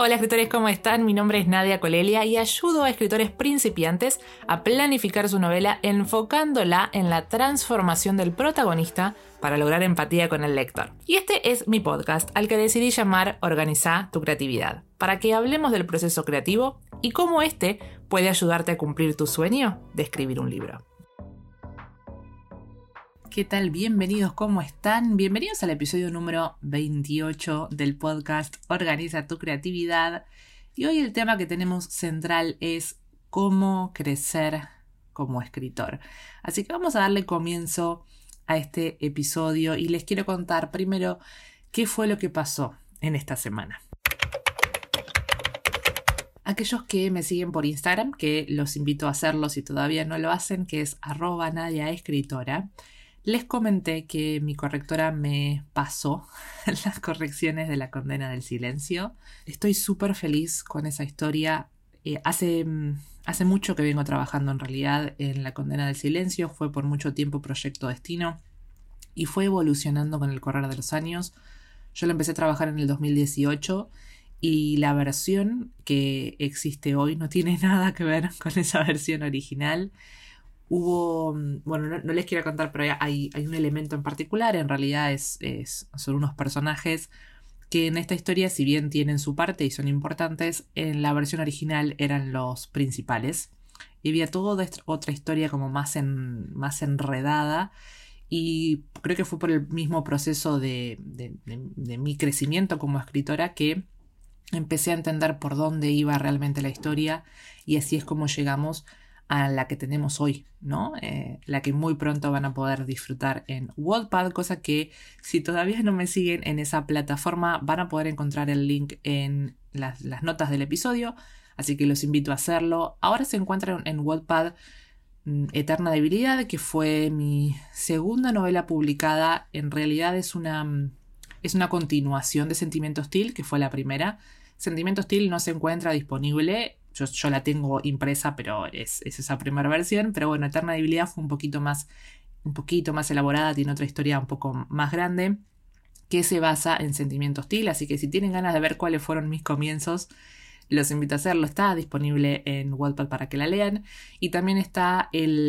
Hola escritores, ¿cómo están? Mi nombre es Nadia Colelia y ayudo a escritores principiantes a planificar su novela enfocándola en la transformación del protagonista para lograr empatía con el lector. Y este es mi podcast al que decidí llamar Organiza tu creatividad, para que hablemos del proceso creativo y cómo este puede ayudarte a cumplir tu sueño de escribir un libro. ¿Qué tal? Bienvenidos, ¿cómo están? Bienvenidos al episodio número 28 del podcast Organiza tu creatividad. Y hoy el tema que tenemos central es cómo crecer como escritor. Así que vamos a darle comienzo a este episodio y les quiero contar primero qué fue lo que pasó en esta semana. Aquellos que me siguen por Instagram, que los invito a hacerlo si todavía no lo hacen, que es @nadiaescritora. Les comenté que mi correctora me pasó las correcciones de La condena del silencio. Estoy súper feliz con esa historia. Hace mucho que vengo trabajando en realidad en La condena del silencio. Fue por mucho tiempo Proyecto Destino y fue evolucionando con el correr de los años. Yo lo empecé a trabajar en el 2018 y la versión que existe hoy no tiene nada que ver con esa versión original. No les quiero contar, pero hay un elemento en particular. En realidad son unos personajes que en esta historia, si bien tienen su parte y son importantes, en la versión original eran los principales. Y había toda otra historia como más enredada. Y creo que fue por el mismo proceso de mi crecimiento como escritora que empecé a entender por dónde iba realmente la historia. Y así es como llegamos a la que tenemos hoy, ¿no? La que muy pronto van a poder disfrutar en Wattpad, cosa que si todavía no me siguen en esa plataforma van a poder encontrar el link en las notas del episodio, así que los invito a hacerlo. Ahora se encuentra en Wattpad Eterna Debilidad, que fue mi segunda novela publicada. En realidad es una continuación de Sentimiento Hostil, que fue la primera. Sentimiento Hostil no se encuentra disponible. Yo la tengo impresa, pero es esa primera versión. Pero bueno, Eterna Debilidad fue un poquito más elaborada, tiene otra historia un poco más grande que se basa en Sentimiento Hostil. Así que si tienen ganas de ver cuáles fueron mis comienzos, los invito a hacerlo. Está disponible en Wattpad para que la lean. Y también está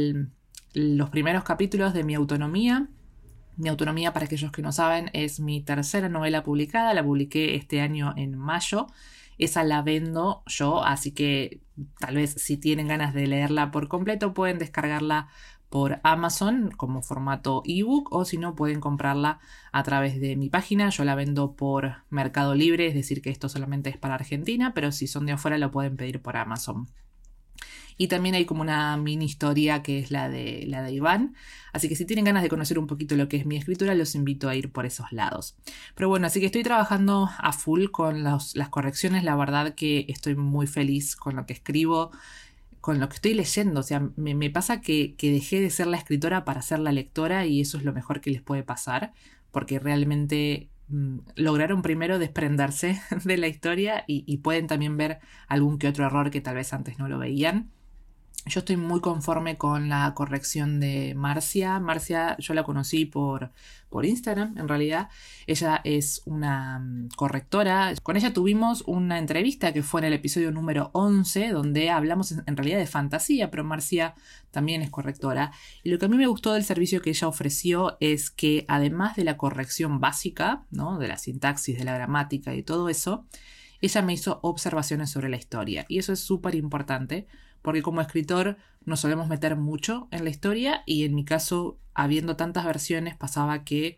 los primeros capítulos de Mi Autonomía. Mi Autonomía, para aquellos que no saben, es mi tercera novela publicada. La publiqué este año en mayo. Esa la vendo yo, así que tal vez si tienen ganas de leerla por completo pueden descargarla por Amazon como formato ebook, o si no pueden comprarla a través de mi página. Yo la vendo por Mercado Libre, es decir que esto solamente es para Argentina, pero si son de afuera lo pueden pedir por Amazon. Y también hay como una mini historia que es la de Iván. Así que si tienen ganas de conocer un poquito lo que es mi escritura, los invito a ir por esos lados. Pero bueno, así que estoy trabajando a full con las correcciones. La verdad que estoy muy feliz con lo que escribo, con lo que estoy leyendo. O sea, me pasa que dejé de ser la escritora para ser la lectora, y eso es lo mejor que les puede pasar, porque realmente lograron primero desprenderse de la historia y pueden también ver algún que otro error que tal vez antes no lo veían. Yo estoy muy conforme con la corrección de Marcia. Marcia yo la conocí por Instagram, en realidad. Ella es una correctora. Con ella tuvimos una entrevista que fue en el episodio número 11, donde hablamos en realidad de fantasía, pero Marcia también es correctora. Y lo que a mí me gustó del servicio que ella ofreció es que además de la corrección básica, ¿no?, de la sintaxis, de la gramática y todo eso, ella me hizo observaciones sobre la historia. Y eso es súper importante, porque como escritor nos solemos meter mucho en la historia, y en mi caso, habiendo tantas versiones, pasaba que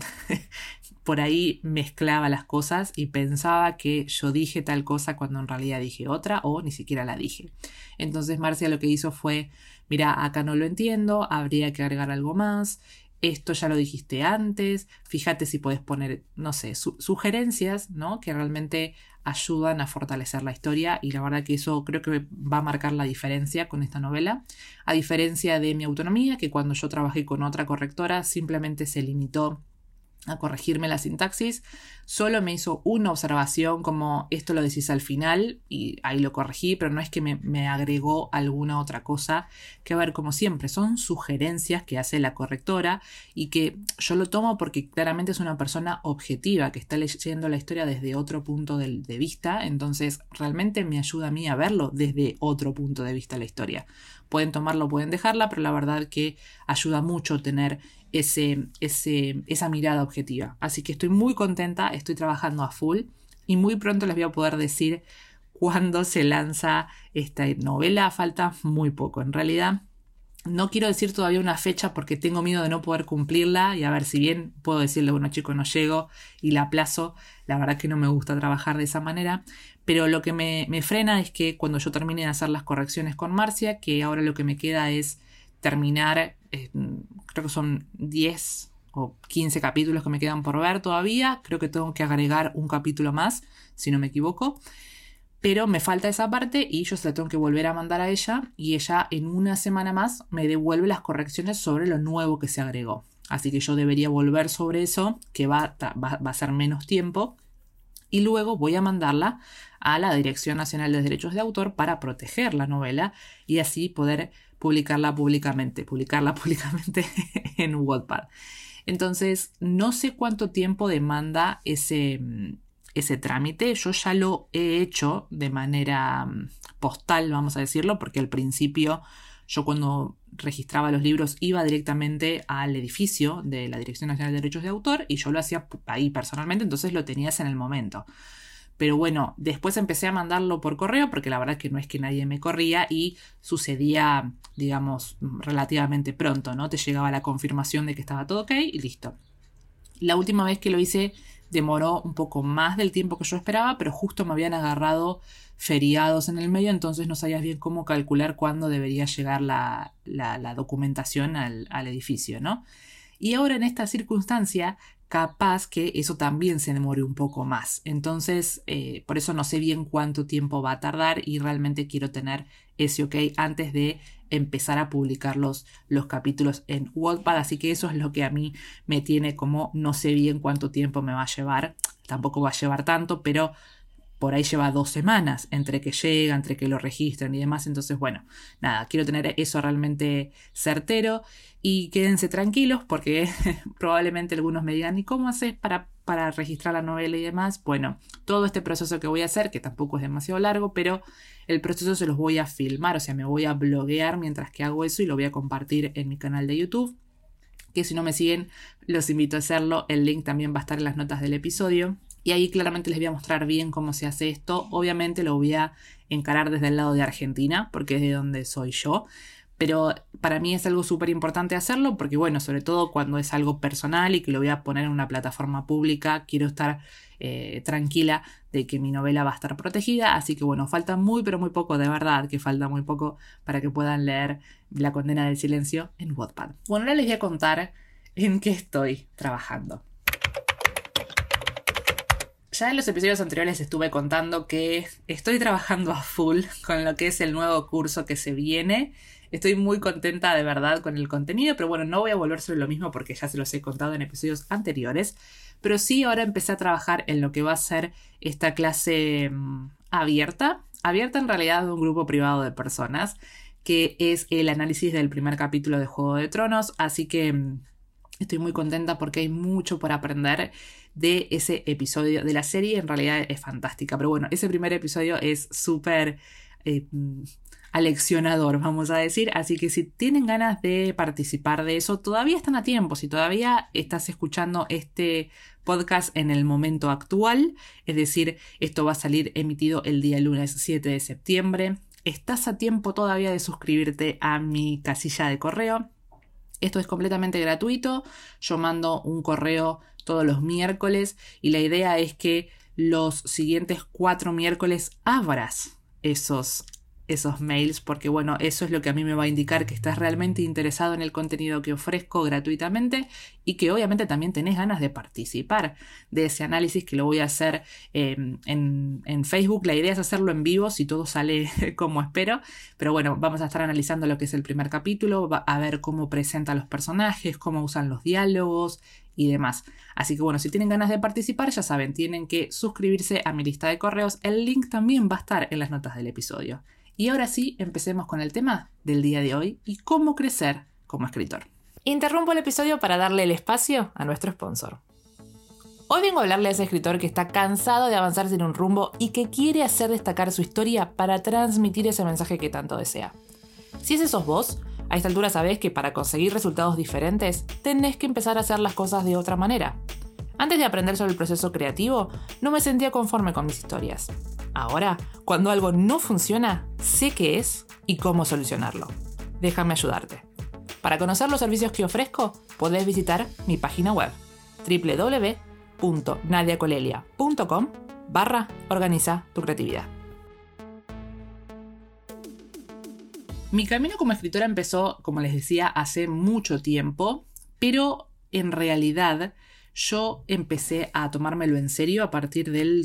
por ahí mezclaba las cosas y pensaba que yo dije tal cosa cuando en realidad dije otra, o ni siquiera la dije. Entonces Marcia lo que hizo fue: mira, acá no lo entiendo, habría que agregar algo más, esto ya lo dijiste antes, fíjate si podés poner, no sé, sugerencias, ¿no?, que realmente ayudan a fortalecer la historia. Y la verdad que eso creo que va a marcar la diferencia con esta novela, a diferencia de Mi Autonomía, que cuando yo trabajé con otra correctora simplemente se limitó a corregirme la sintaxis, solo me hizo una observación como esto lo decís al final y ahí lo corregí, pero no es que me agregó alguna otra cosa, que a ver, como siempre, son sugerencias que hace la correctora y que yo lo tomo porque claramente es una persona objetiva que está leyendo la historia desde otro punto de vista, entonces realmente me ayuda a mí a verlo desde otro punto de vista la historia. Pueden tomarlo, pueden dejarla, pero la verdad que ayuda mucho tener esa mirada objetiva. Así que estoy muy contenta, estoy trabajando a full y muy pronto les voy a poder decir cuándo se lanza esta novela. Falta muy poco. En realidad no quiero decir todavía una fecha porque tengo miedo de no poder cumplirla y a ver, si bien puedo decirle, bueno chicos, no llego y la aplazo, la verdad que no me gusta trabajar de esa manera, pero lo que me frena es que cuando yo termine de hacer las correcciones con Marcia, que ahora lo que me queda es terminar, creo que son 10 o 15 capítulos que me quedan por ver todavía, creo que tengo que agregar un capítulo más, si no me equivoco, pero me falta esa parte y yo se la tengo que volver a mandar a ella y ella en una semana más me devuelve las correcciones sobre lo nuevo que se agregó. Así que yo debería volver sobre eso, que va a ser menos tiempo, y luego voy a mandarla a la Dirección Nacional de Derechos de Autor para proteger la novela y así poder publicarla públicamente en Wattpad. Entonces, no sé cuánto tiempo demanda ese trámite. Yo ya lo he hecho de manera postal, vamos a decirlo, porque al principio yo cuando registraba los libros iba directamente al edificio de la Dirección Nacional de Derechos de Autor y yo lo hacía ahí personalmente, entonces lo tenías en el momento. Pero bueno, después empecé a mandarlo por correo porque la verdad que no es que nadie me corría y sucedía, digamos, relativamente pronto, ¿no? Te llegaba la confirmación de que estaba todo ok y listo. La última vez que lo hice demoró un poco más del tiempo que yo esperaba, pero justo me habían agarrado feriados en el medio, entonces no sabías bien cómo calcular cuándo debería llegar la documentación al edificio, ¿no? Y ahora en esta circunstancia, capaz que eso también se demore un poco más. Entonces, por eso no sé bien cuánto tiempo va a tardar y realmente quiero tener ese ok antes de empezar a publicar los capítulos en Wattpad. Así que eso es lo que a mí me tiene como no sé bien cuánto tiempo me va a llevar. Tampoco va a llevar tanto, pero por ahí lleva 2 semanas entre que llega, entre que lo registran y demás. Entonces, bueno, nada, quiero tener eso realmente certero y quédense tranquilos porque probablemente algunos me digan, ¿y cómo haces para registrar la novela y demás? Bueno, todo este proceso que voy a hacer, que tampoco es demasiado largo, pero el proceso se los voy a filmar, o sea, me voy a bloguear mientras que hago eso y lo voy a compartir en mi canal de YouTube, que si no me siguen, los invito a hacerlo. El link también va a estar en las notas del episodio. Y ahí claramente les voy a mostrar bien cómo se hace esto. Obviamente lo voy a encarar desde el lado de Argentina, porque es de donde soy yo. Pero para mí es algo súper importante hacerlo, porque bueno, sobre todo cuando es algo personal y que lo voy a poner en una plataforma pública, quiero estar tranquila de que mi novela va a estar protegida. Así que bueno, falta muy pero muy poco, de verdad que falta muy poco para que puedan leer La Condena del Silencio en Wattpad. Bueno, ahora les voy a contar en qué estoy trabajando. Ya en los episodios anteriores estuve contando que estoy trabajando a full con lo que es el nuevo curso que se viene. Estoy muy contenta de verdad con el contenido, pero bueno, no voy a volver sobre lo mismo porque ya se los he contado en episodios anteriores. Pero sí, ahora empecé a trabajar en lo que va a ser esta clase abierta en realidad de un grupo privado de personas, que es el análisis del primer capítulo de Juego de Tronos. Así que estoy muy contenta porque hay mucho por aprender de ese episodio de la serie. En realidad es fantástica, pero bueno, ese primer episodio es súper aleccionador, vamos a decir. Así que si tienen ganas de participar de eso, todavía están a tiempo. Si todavía estás escuchando este podcast en el momento actual, es decir, esto va a salir emitido el día lunes 7 de septiembre, estás a tiempo todavía de suscribirte a mi casilla de correo. Esto es completamente gratuito. Yo mando un correo todos los miércoles y la idea es que los siguientes 4 miércoles abras esos mails, porque bueno, eso es lo que a mí me va a indicar que estás realmente interesado en el contenido que ofrezco gratuitamente y que obviamente también tenés ganas de participar de ese análisis que lo voy a hacer en Facebook. La idea es hacerlo en vivo si todo sale como espero, pero bueno, vamos a estar analizando lo que es el primer capítulo, a ver cómo presenta a los personajes, cómo usan los diálogos y demás. Así que bueno, si tienen ganas de participar, ya saben, tienen que suscribirse a mi lista de correos. El link también va a estar en las notas del episodio. Y ahora sí, empecemos con el tema del día de hoy y cómo crecer como escritor. Interrumpo el episodio para darle el espacio a nuestro sponsor. Hoy vengo a hablarle a ese escritor que está cansado de avanzar sin un rumbo y que quiere hacer destacar su historia para transmitir ese mensaje que tanto desea. Si ese sos vos, a esta altura sabés que para conseguir resultados diferentes, tenés que empezar a hacer las cosas de otra manera. Antes de aprender sobre el proceso creativo, no me sentía conforme con mis historias. Ahora, cuando algo no funciona, sé qué es y cómo solucionarlo. Déjame ayudarte. Para conocer los servicios que ofrezco, podés visitar mi página web www.nadiacolelia.com/organiza tu creatividad. Mi camino como escritora empezó, como les decía, hace mucho tiempo, pero en realidad yo empecé a tomármelo en serio a partir del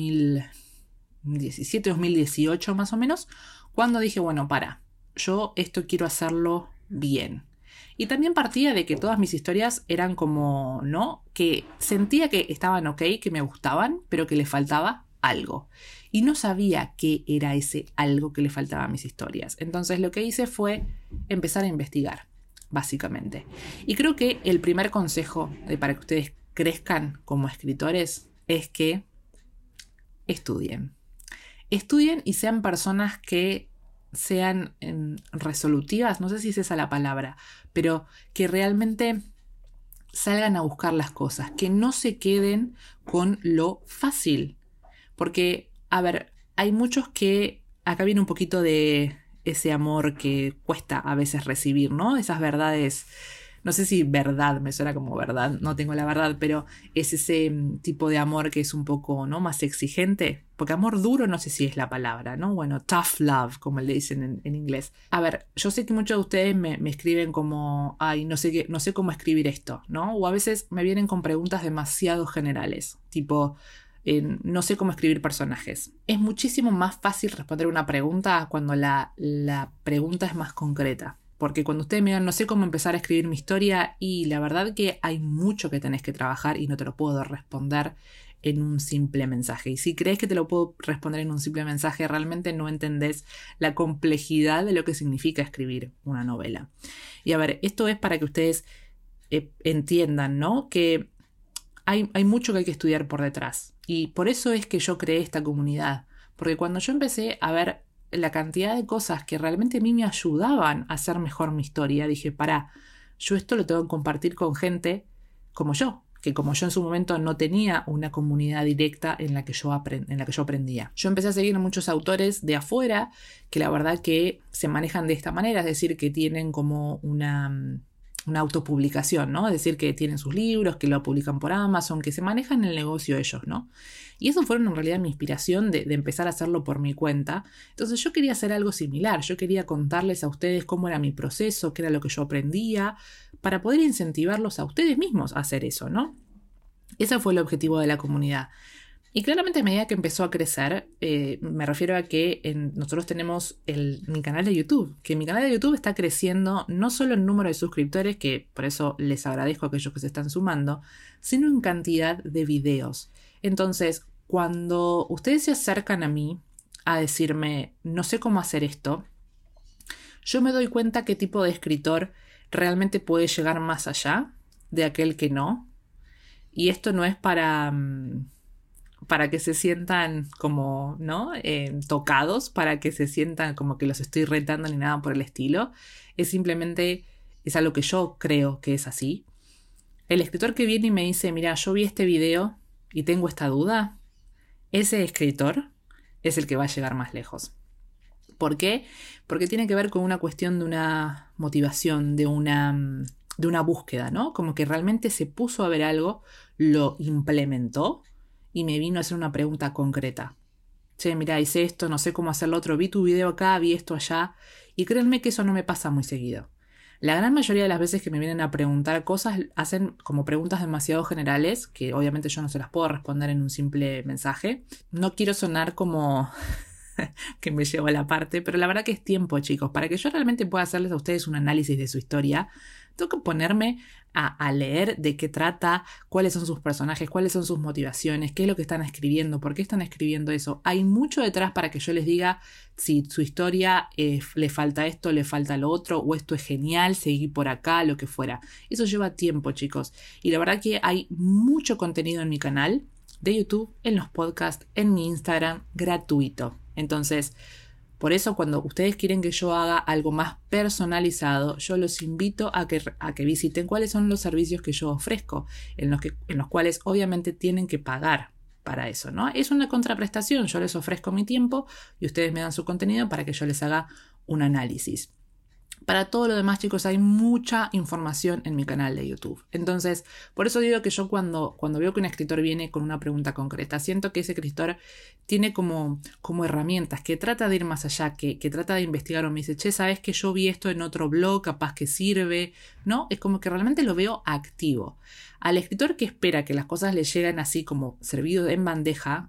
2017, 2018 más o menos, cuando dije, bueno, yo esto quiero hacerlo bien. Y también partía de que todas mis historias eran como, ¿no? Que sentía que estaban ok, que me gustaban, pero que le faltaba algo. Y no sabía qué era ese algo que le faltaba a mis historias. Entonces lo que hice fue empezar a investigar, básicamente. Y creo que el primer consejo para que ustedes crezcan como escritores es que estudien. Estudien y sean personas que sean resolutivas, no sé si es esa la palabra, pero que realmente salgan a buscar las cosas, que no se queden con lo fácil. Porque, a ver, hay muchos que acá viene un poquito de ese amor que cuesta a veces recibir, ¿no? Esas verdades, no sé si verdad me suena como verdad, no tengo la verdad, pero es ese tipo de amor que es un poco, ¿no?, más exigente. Porque amor duro no sé si es la palabra, ¿no? Bueno, tough love, como le dicen en inglés. A ver, yo sé que muchos de ustedes me escriben como, ay, no sé cómo escribir esto, ¿no? O a veces me vienen con preguntas demasiado generales, tipo, no sé cómo escribir personajes. Es muchísimo más fácil responder una pregunta cuando la pregunta es más concreta. Porque cuando ustedes me digan, no sé cómo empezar a escribir mi historia, y la verdad que hay mucho que tenés que trabajar y no te lo puedo responder en un simple mensaje. Y si crees que te lo puedo responder en un simple mensaje, realmente no entendés la complejidad de lo que significa escribir una novela. Y a ver, esto es para que ustedes entiendan, ¿no?, que hay mucho que hay que estudiar por detrás. Y por eso es que yo creé esta comunidad. Porque cuando yo empecé a ver la cantidad de cosas que realmente a mí me ayudaban a hacer mejor mi historia, dije, yo esto lo tengo que compartir con gente como yo, que como yo en su momento no tenía una comunidad directa en la que yo aprendía. Yo empecé a seguir a muchos autores de afuera que la verdad que se manejan de esta manera, es decir, que tienen como una autopublicación, ¿no? Es decir, que tienen sus libros, que lo publican por Amazon, que se manejan el negocio ellos, ¿no? Y eso fueron en realidad mi inspiración de empezar a hacerlo por mi cuenta. Entonces yo quería hacer algo similar, yo quería contarles a ustedes cómo era mi proceso, qué era lo que yo aprendía, para poder incentivarlos a ustedes mismos a hacer eso, ¿no? Ese fue el objetivo de la comunidad. Y claramente a medida que empezó a crecer, me refiero a que nosotros tenemos mi canal de YouTube, que mi canal de YouTube está creciendo no solo en número de suscriptores, que por eso les agradezco a aquellos que se están sumando, sino en cantidad de videos. Entonces, cuando ustedes se acercan a mí a decirme, no sé cómo hacer esto, yo me doy cuenta qué tipo de escritor realmente puede llegar más allá de aquel que no. Y esto no es para que se sientan como, ¿no?, tocados, para que se sientan como que los estoy retando ni nada por el estilo. Es simplemente, es algo que yo creo que es así. El escritor que viene y me dice, mira, yo vi este video y tengo esta duda, ese escritor es el que va a llegar más lejos. ¿Por qué? Porque tiene que ver con una cuestión de una motivación, de una búsqueda, ¿no? Como que realmente se puso a ver algo, lo implementó y me vino a hacer una pregunta concreta. Che, mirá, hice esto, no sé cómo hacer lo otro, vi tu video acá, vi esto allá. Y créanme que eso no me pasa muy seguido. La gran mayoría de las veces que me vienen a preguntar cosas hacen como preguntas demasiado generales, que obviamente yo no se las puedo responder en un simple mensaje. No quiero sonar como que me llevo a la parte, pero la verdad que es tiempo, chicos, para que yo realmente pueda hacerles a ustedes un análisis de su historia. Tengo que ponerme a leer de qué trata, cuáles son sus personajes, cuáles son sus motivaciones, qué es lo que están escribiendo, por qué están escribiendo eso. Hay mucho detrás para que yo les diga si su historia le falta esto, le falta lo otro, o esto es genial, seguí por acá, lo que fuera. Eso lleva tiempo, chicos. Y la verdad que hay mucho contenido en mi canal de YouTube, en los podcasts, en mi Instagram, gratuito. Entonces, por eso cuando ustedes quieren que yo haga algo más personalizado, yo los invito a que visiten cuáles son los servicios que yo ofrezco, en los cuales obviamente tienen que pagar para eso, ¿no? Es una contraprestación, yo les ofrezco mi tiempo y ustedes me dan su contenido para que yo les haga un análisis. Para todo lo demás, chicos, hay mucha información en mi canal de YouTube. Entonces, por eso digo que yo cuando veo que un escritor viene con una pregunta concreta, siento que ese escritor tiene como herramientas, que trata de ir más allá, que trata de investigar o me dice, che, ¿sabes que yo vi esto en otro blog? Capaz que sirve, ¿no? Es como que realmente lo veo activo. Al escritor que espera que las cosas le lleguen así como servido en bandeja,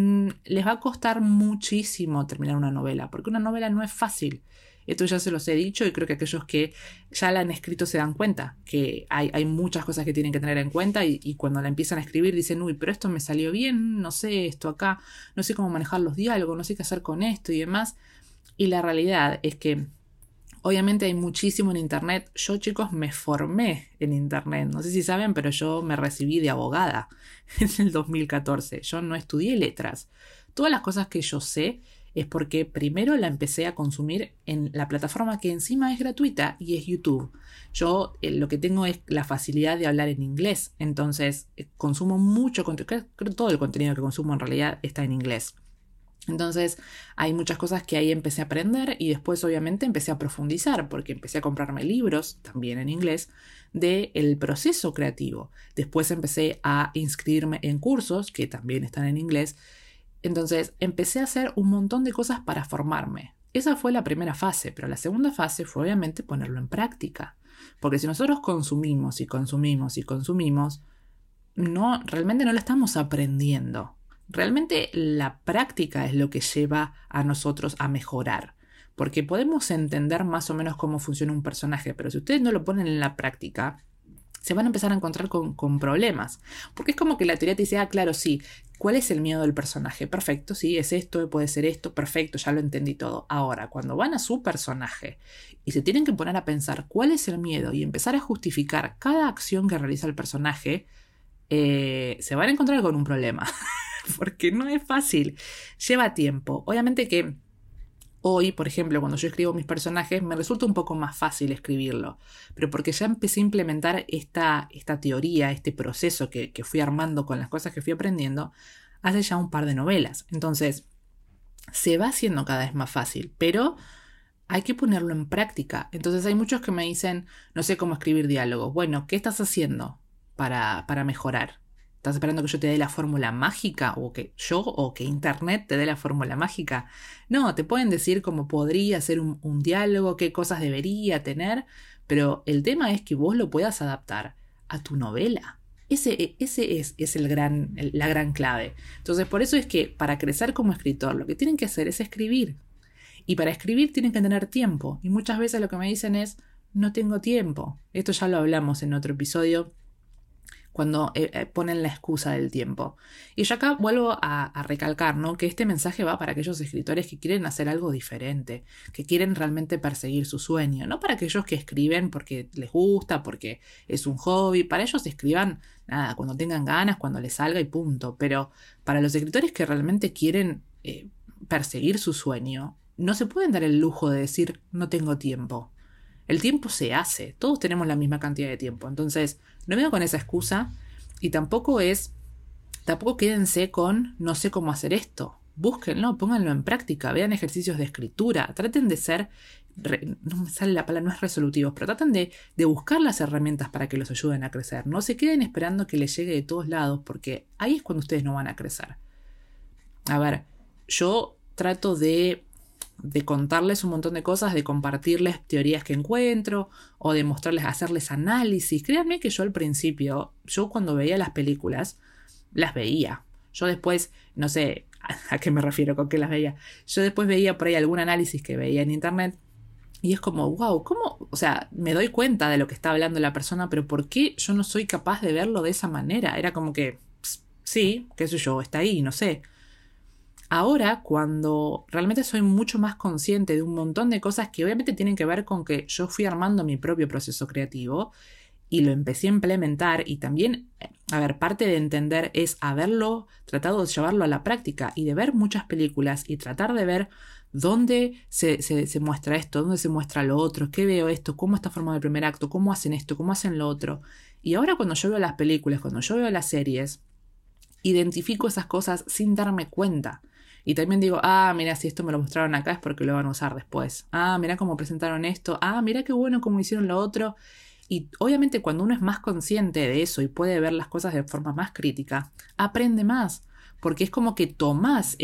les va a costar muchísimo terminar una novela, porque una novela no es fácil. Esto ya se los he dicho y creo que aquellos que ya la han escrito se dan cuenta que hay muchas cosas que tienen que tener en cuenta y cuando la empiezan a escribir dicen, uy, pero esto me salió bien, no sé esto acá, no sé cómo manejar los diálogos, no sé qué hacer con esto y demás. Y la realidad es que obviamente hay muchísimo en internet. Yo, chicos, me formé en internet. No sé si saben, pero yo me recibí de abogada en el 2014. Yo no estudié letras. Todas las cosas que yo sé es porque primero la empecé a consumir en la plataforma que encima es gratuita y es YouTube. Yo lo que tengo es la facilidad de hablar en inglés, entonces consumo mucho contenido, creo que todo el contenido que consumo en realidad está en inglés. Entonces hay muchas cosas que ahí empecé a aprender y después obviamente empecé a profundizar porque empecé a comprarme libros, también en inglés, del proceso creativo. Después empecé a inscribirme en cursos que también están en inglés. Entonces empecé a hacer un montón de cosas para formarme. Esa fue la primera fase, pero la segunda fase fue obviamente ponerlo en práctica. Porque si nosotros consumimos y consumimos y consumimos, realmente no lo estamos aprendiendo. Realmente la práctica es lo que lleva a nosotros a mejorar. Porque podemos entender más o menos cómo funciona un personaje, pero si ustedes no lo ponen en la práctica, se van a empezar a encontrar con problemas. Porque es como que la teoría te dice, claro, sí, ¿cuál es el miedo del personaje? Perfecto, sí, es esto, puede ser esto, perfecto, ya lo entendí todo. Ahora, cuando van a su personaje y se tienen que poner a pensar cuál es el miedo y empezar a justificar cada acción que realiza el personaje, se van a encontrar con un problema. Porque no es fácil, lleva tiempo. Obviamente que hoy, por ejemplo, cuando yo escribo mis personajes, me resulta un poco más fácil escribirlo, pero porque ya empecé a implementar esta teoría, este proceso que fui armando con las cosas que fui aprendiendo, hace ya un par de novelas. Entonces, se va haciendo cada vez más fácil, pero hay que ponerlo en práctica. Entonces hay muchos que me dicen, no sé cómo escribir diálogos. Bueno, ¿qué estás haciendo para mejorar? ¿Estás esperando que yo te dé la fórmula mágica o que internet te dé la fórmula mágica? No, te pueden decir cómo podría ser un diálogo, qué cosas debería tener, pero el tema es que vos lo puedas adaptar a tu novela. Ese es la gran clave. Entonces, por eso es que para crecer como escritor, lo que tienen que hacer es escribir. Y para escribir tienen que tener tiempo. Y muchas veces lo que me dicen es, no tengo tiempo. Esto ya lo hablamos en otro episodio, cuando ponen la excusa del tiempo. Y yo acá vuelvo a recalcar, ¿no?, que este mensaje va para aquellos escritores que quieren hacer algo diferente, que quieren realmente perseguir su sueño, no para aquellos que escriben porque les gusta, porque es un hobby. Para ellos escriban, nada, cuando tengan ganas, cuando les salga y punto. Pero para los escritores que realmente quieren perseguir su sueño, no se pueden dar el lujo de decir no tengo tiempo. El tiempo se hace, todos tenemos la misma cantidad de tiempo, entonces no vengo con esa excusa y tampoco quédense con no sé cómo hacer esto. Búsquenlo, pónganlo en práctica, vean ejercicios de escritura, traten de ser, no me sale la palabra, no es resolutivos, pero traten de buscar las herramientas para que los ayuden a crecer. No se queden esperando que les llegue de todos lados, porque ahí es cuando ustedes no van a crecer. A ver, yo trato de contarles un montón de cosas, de compartirles teorías que encuentro o de mostrarles, hacerles análisis. Créanme que yo al principio, cuando veía las películas, las veía. Yo después, no sé a qué me refiero con que las veía. Yo después veía por ahí algún análisis que veía en internet Y es como, wow, ¿cómo? O sea, me doy cuenta de lo que está hablando la persona, pero ¿por qué yo no soy capaz de verlo de esa manera? Era como que, sí, qué sé yo, está ahí, no sé. Ahora, cuando realmente soy mucho más consciente de un montón de cosas que obviamente tienen que ver con que yo fui armando mi propio proceso creativo y lo empecé a implementar, y también, a ver, parte de entender es haberlo tratado de llevarlo a la práctica y de ver muchas películas y tratar de ver dónde se muestra esto, dónde se muestra lo otro, qué veo esto, cómo está formado el primer acto, cómo hacen esto, cómo hacen lo otro. Y ahora cuando yo veo las películas, cuando yo veo las series, identifico esas cosas sin darme cuenta. Y también digo, mira, si esto me lo mostraron acá es porque lo van a usar después. Mira cómo presentaron esto. Mira qué bueno cómo hicieron lo otro. Y obviamente cuando uno es más consciente de eso y puede ver las cosas de forma más crítica, aprende más. Porque es como que tomás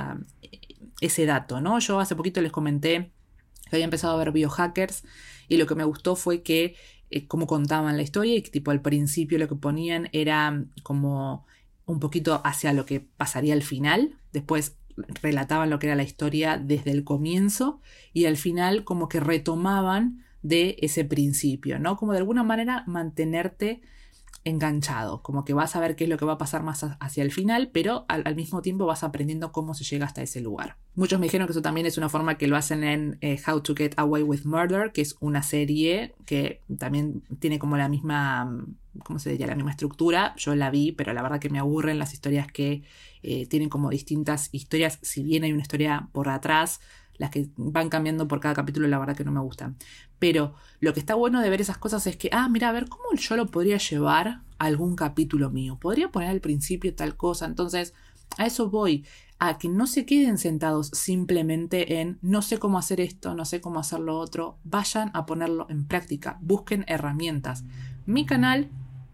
ese dato, ¿no? Yo hace poquito les comenté que había empezado a ver Biohackers y lo que me gustó fue que cómo contaban la historia y que tipo al principio lo que ponían era como un poquito hacia lo que pasaría al final. Después relataban lo que era la historia desde el comienzo y al final como que retomaban de ese principio, ¿no? Como de alguna manera mantenerte enganchado, como que vas a ver qué es lo que va a pasar más hacia el final, pero al mismo tiempo vas aprendiendo cómo se llega hasta ese lugar. Muchos me dijeron que eso también es una forma que lo hacen en How to Get Away with Murder, que es una serie que también tiene como la misma, ¿cómo se diría? La misma estructura. Yo la vi, pero la verdad que me aburren las historias que tienen como distintas historias, si bien hay una historia por atrás. Las que van cambiando por cada capítulo, la verdad que no me gustan. Pero lo que está bueno de ver esas cosas es que, mira, a ver, ¿cómo yo lo podría llevar a algún capítulo mío? Podría poner al principio tal cosa. Entonces, a eso voy. A que no se queden sentados simplemente en no sé cómo hacer esto, no sé cómo hacer lo otro. Vayan a ponerlo en práctica. Busquen herramientas. Mi canal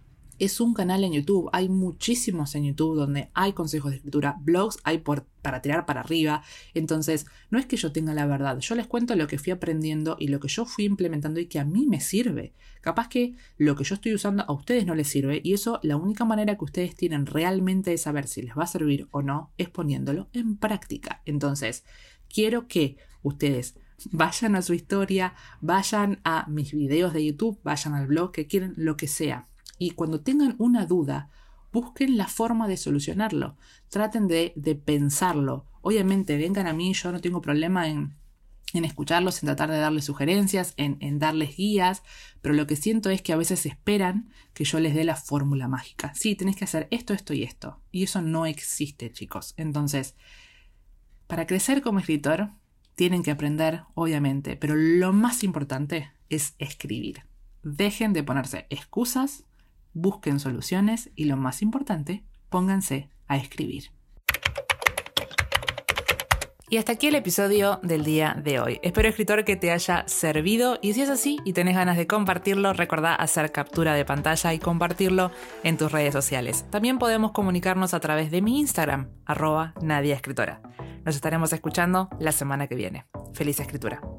es un canal en YouTube, hay muchísimos en YouTube donde hay consejos de escritura, blogs hay para tirar para arriba, entonces no es que yo tenga la verdad, yo les cuento lo que fui aprendiendo y lo que yo fui implementando y que a mí me sirve. Capaz que lo que yo estoy usando a ustedes no les sirve y eso la única manera que ustedes tienen realmente de saber si les va a servir o no es poniéndolo en práctica. Entonces, quiero que ustedes vayan a su historia, vayan a mis videos de YouTube, vayan al blog que quieren, lo que sea. Y cuando tengan una duda, busquen la forma de solucionarlo. Traten de pensarlo. Obviamente, vengan a mí, yo no tengo problema en escucharlos, en tratar de darles sugerencias, en darles guías, pero lo que siento es que a veces esperan que yo les dé la fórmula mágica. Sí, tenés que hacer esto, esto y esto. Y eso no existe, chicos. Entonces, para crecer como escritor, tienen que aprender, obviamente, pero lo más importante es escribir. Dejen de ponerse excusas, busquen soluciones y lo más importante, pónganse a escribir. Y hasta aquí el episodio del día de hoy. Espero, escritor, que te haya servido y si es así y tenés ganas de compartirlo, recordá hacer captura de pantalla y compartirlo en tus redes sociales. También podemos comunicarnos a través de mi Instagram, @NadiaEscritora. Nos estaremos escuchando la semana que viene. ¡Feliz escritura!